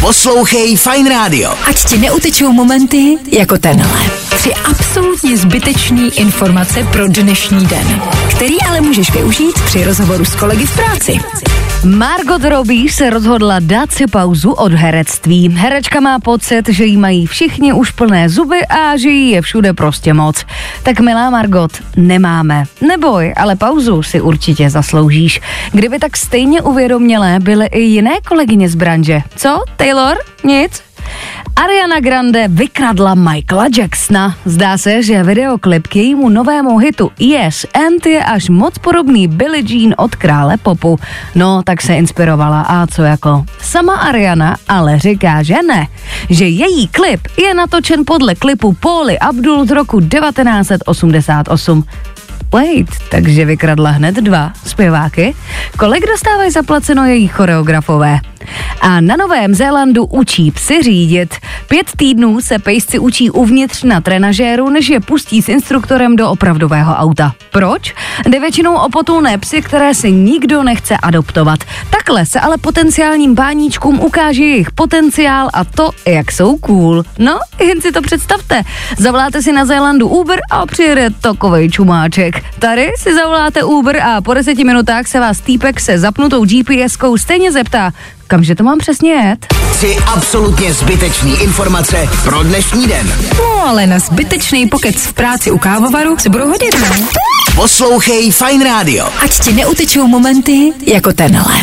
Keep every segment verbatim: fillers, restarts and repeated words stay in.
Poslouchej Fajn rádio. Ať ti neutečou momenty jako tenhle. Tři absolutně zbytečný informace pro dnešní den, který ale můžeš využít při rozhovoru s kolegy v práci. Margot Robbie se rozhodla dát si pauzu od herectví. Herečka má pocit, že jí mají všichni už plné zuby a že jí je všude prostě moc. Tak milá Margot, nemáme. Neboj, ale pauzu si určitě zasloužíš. Kdyby tak stejně uvědomělé byly i jiné kolegyně z branže. Co? Taylor? Nic? Ariana Grande vykradla Michaela Jacksona. Zdá se, že videoklip k jejímu novému hitu Yes and je až moc podobný Billie Jean od krále popu. No, tak se inspirovala a co jako? Sama Ariana ale říká, že ne. Že její klip je natočen podle klipu Pauly Abdul z roku devatenáct set osmdesát osm. Wait, takže vykradla hned dva zpěváky? Kolik dostávají zaplaceno její choreografové? A na Novém Zélandu učí psy řídit. Pět týdnů se pejsci učí uvnitř na trenažéru, než je pustí s instruktorem do opravdového auta. Proč? Jde většinou o potulné psy, které si nikdo nechce adoptovat. Takhle se ale potenciálním páníčkům ukáže jejich potenciál a to, jak jsou cool. No, jen si to představte. Zavoláte si na Zélandu Uber a přijede takovej čumáček. Tady si zavoláte Uber a po deseti minutách se vás týpek se zapnutou G P S kou stejně zeptá, kamže to mám přesně jet? Tři absolutně zbytečný informace pro dnešní den. No ale na zbytečný pokec v práci u kávovaru se budou hodit, ne? Poslouchej Fajn rádio. Ať ti neutečou momenty jako tenhle.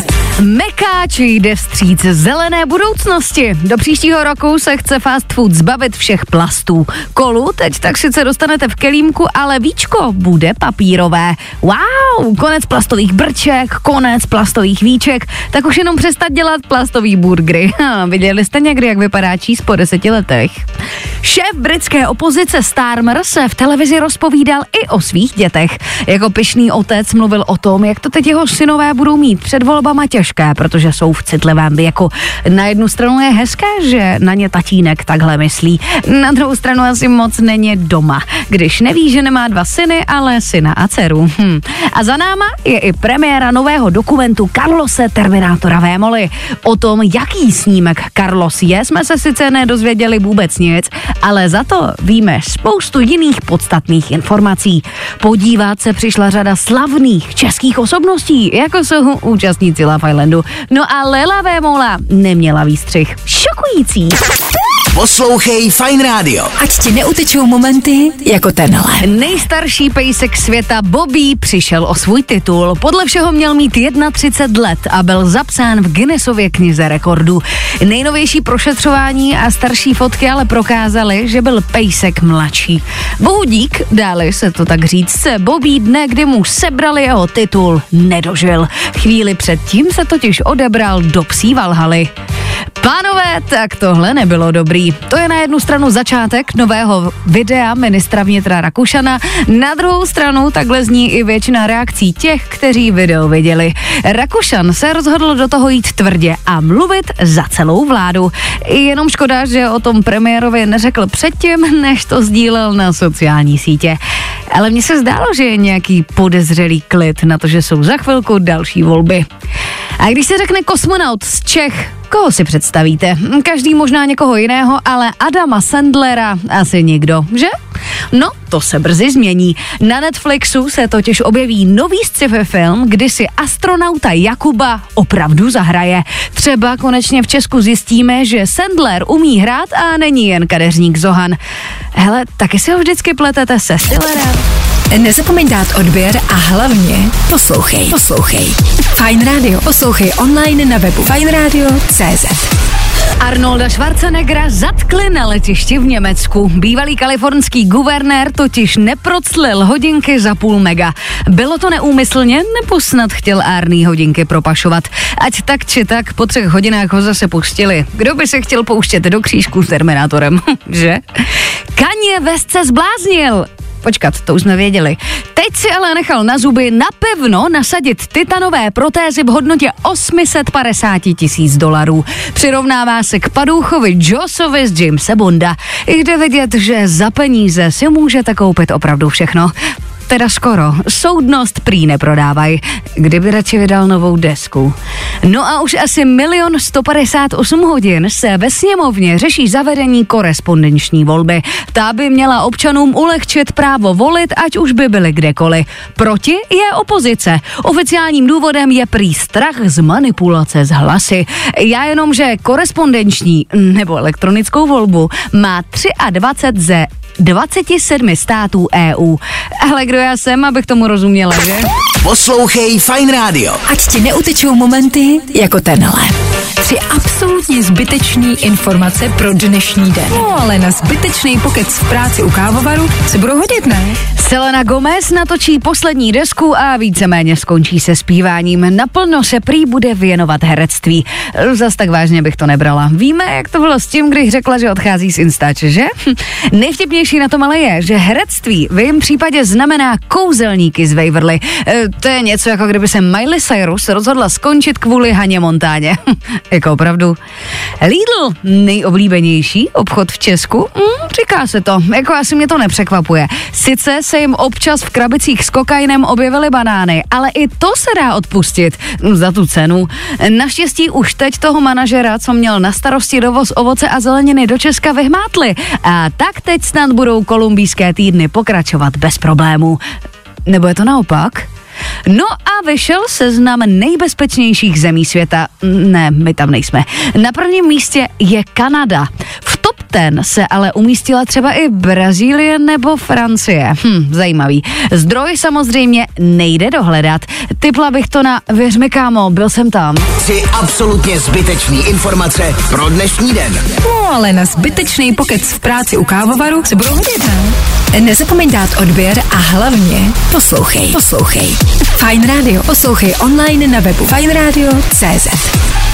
Mekáč jde vstříc zelené budoucnosti. Do příštího roku se chce fast food zbavit všech plastů. Kolu teď tak sice dostanete v kelímku, ale víčko bude papírové. Wow, konec plastových brček, konec plastových víček, tak už jenom přestat dělat plastový burgery. Ha, viděli jste někdy, jak vypadá číz po deseti letech? Šéf britské opozice Starmer se v televizi rozpovídal i o svých dětech. Jako pyšný otec mluvil o tom, jak to teď jeho synové budou mít před volbama těžké, protože jsou v citlivém věku. Na jednu stranu je hezké, že na ně tatínek takhle myslí. Na druhou stranu asi moc není doma, když neví, že nemá dva syny, ale syna a dceru. Hm. A za náma je i premiéra nového dokumentu Carlose Terminátora Vémoli. O tom, jaký snímek Carlos je, jsme se sice nedozvěděli vůbec nic, ale za to víme spoustu jiných podstatných informací. Podívat se přišla řada slavných českých osobností, jako jsou účastníci Love Islandu. No a Lela Vémola neměla výstřih. Šokující. Poslouchej Fajn rádio. Ať ti neutečou momenty jako tenhle. Nejstarší pejsek světa Bobby přišel o svůj titul. Podle všeho měl mít třicet jedna let a byl zapsán v Guinnessově knize rekordů. Nejnovější prošetřování a starší fotky ale prokázaly, že byl pejsek mladší. Bohu dík, dále se to tak říct, se Bobby dne, kdy mu sebrali jeho titul, nedožil. Chvíli předtím se totiž odebral do psí Valhaly. Pánové, tak tohle nebylo dobrý. To je na jednu stranu začátek nového videa ministra vnitra Rakušana, na druhou stranu takhle zní i většina reakcí těch, kteří video viděli. Rakušan se rozhodl do toho jít tvrdě a mluvit za celou vládu. Jenom škoda, že o tom premiérovi neřekl předtím, než to sdílel na sociální sítě. Ale mně se zdálo, že je nějaký podezřelý klid na to, že jsou za chvilku další volby. A když se řekne kosmonaut z Čech, koho si představíte? Každý možná někoho jiného, ale Adama Sandlera asi nikdo, že? No, to se brzy změní. Na Netflixu se totiž objeví nový sci-fi film, kdy si astronauta Jakuba opravdu zahraje. Třeba konečně v Česku zjistíme, že Sandler umí hrát a není jen kadeřník Zohan. Hele, taky si ho vždycky pletete se Stillerem. Nezapomeň dát odběr a hlavně poslouchej. Poslouchej. Fajn rádio. Poslouchej online na webu fajn radio tečka cé zet. Arnolda Schwarzeneggera zatkli na letišti v Německu. Bývalý kalifornský guvernér totiž neproclil hodinky za půl mega. Bylo to neúmyslně, nebo snad chtěl Arný hodinky propašovat? Ať tak či tak, po třech hodinách ho zase pustili. Kdo by se chtěl pouštět do křížku s Terminátorem, že? Kanye West se zbláznil. Počkat, to už jsme věděli. Teď si ale nechal na zuby napevno nasadit titanové protézy v hodnotě osm set padesát tisíc dolarů. Přirovnává se k padouchovi Jossovi z Jamesa Bonda. Jde vidět, že za peníze si můžete koupit opravdu všechno. teda skoro. Soudnost prý neprodávaj. Kdyby radši vydal novou desku. No a už asi milion sto padesát osm hodin se ve sněmovně řeší zavedení korespondenční volby. Ta by měla občanům ulehčit právo volit, ať už by byli kdekoliv. Proti je opozice. Oficiálním důvodem je prý strach z manipulace s hlasy. Já jenom, že korespondenční nebo elektronickou volbu má dvacet tři ze dvaceti sedmi států E U. Ale kdo já jsem, abych tomu rozuměla, že? Poslouchej Fajn rádio. Ať ti neutečou momenty jako tenhle. Tři absolutně zbytečný informace pro dnešní den. No ale na zbytečný pokec v práci u kávovaru se budou hodit, ne? Selena Gomez natočí poslední desku a víceméně skončí se zpíváním. Naplno se prý bude věnovat herectví. Zas tak vážně bych to nebrala. Víme, jak to bylo s tím, když řekla, že odchází z Instače, že? Nejvtipnější na tom ale je, že herectví v jejím případě znamená kouzelníky z Waverly. E, to je něco, jako kdyby se Miley Cyrus rozhodla skončit kvůli Haně Montáně. Jako opravdu. Lidl, nejoblíbenější obchod v Česku? Hm, říká se to, jako asi mě to nepřekvapuje. Sice se jim občas v krabicích s kokainem objevily banány, ale i to se dá odpustit za tu cenu. Naštěstí už teď toho manažera, co měl na starosti dovoz ovoce a zeleniny do Česka, vyhmátli. A tak teď snad budou kolumbijské týdny pokračovat bez problémů. Nebo je to naopak? No a vyšel seznam nejbezpečnějších zemí světa. Ne, my tam nejsme. Na prvním místě je Kanada. V top ten se ale umístila třeba i Brazílie nebo Francie. Hm, zajímavý. Zdroj samozřejmě nejde dohledat. Tipla bych to na věř mi, kámo, byl jsem tam. Tři absolutně zbytečný informace pro dnešní den. No ale na zbytečný pokec v práci u kávovaru se budou hodit, ne? Nezapomeň dát odběr a hlavně poslouchej. Poslouchej. Fajn rádio. Poslouchej online na webu fajn rádio tečka cé zet.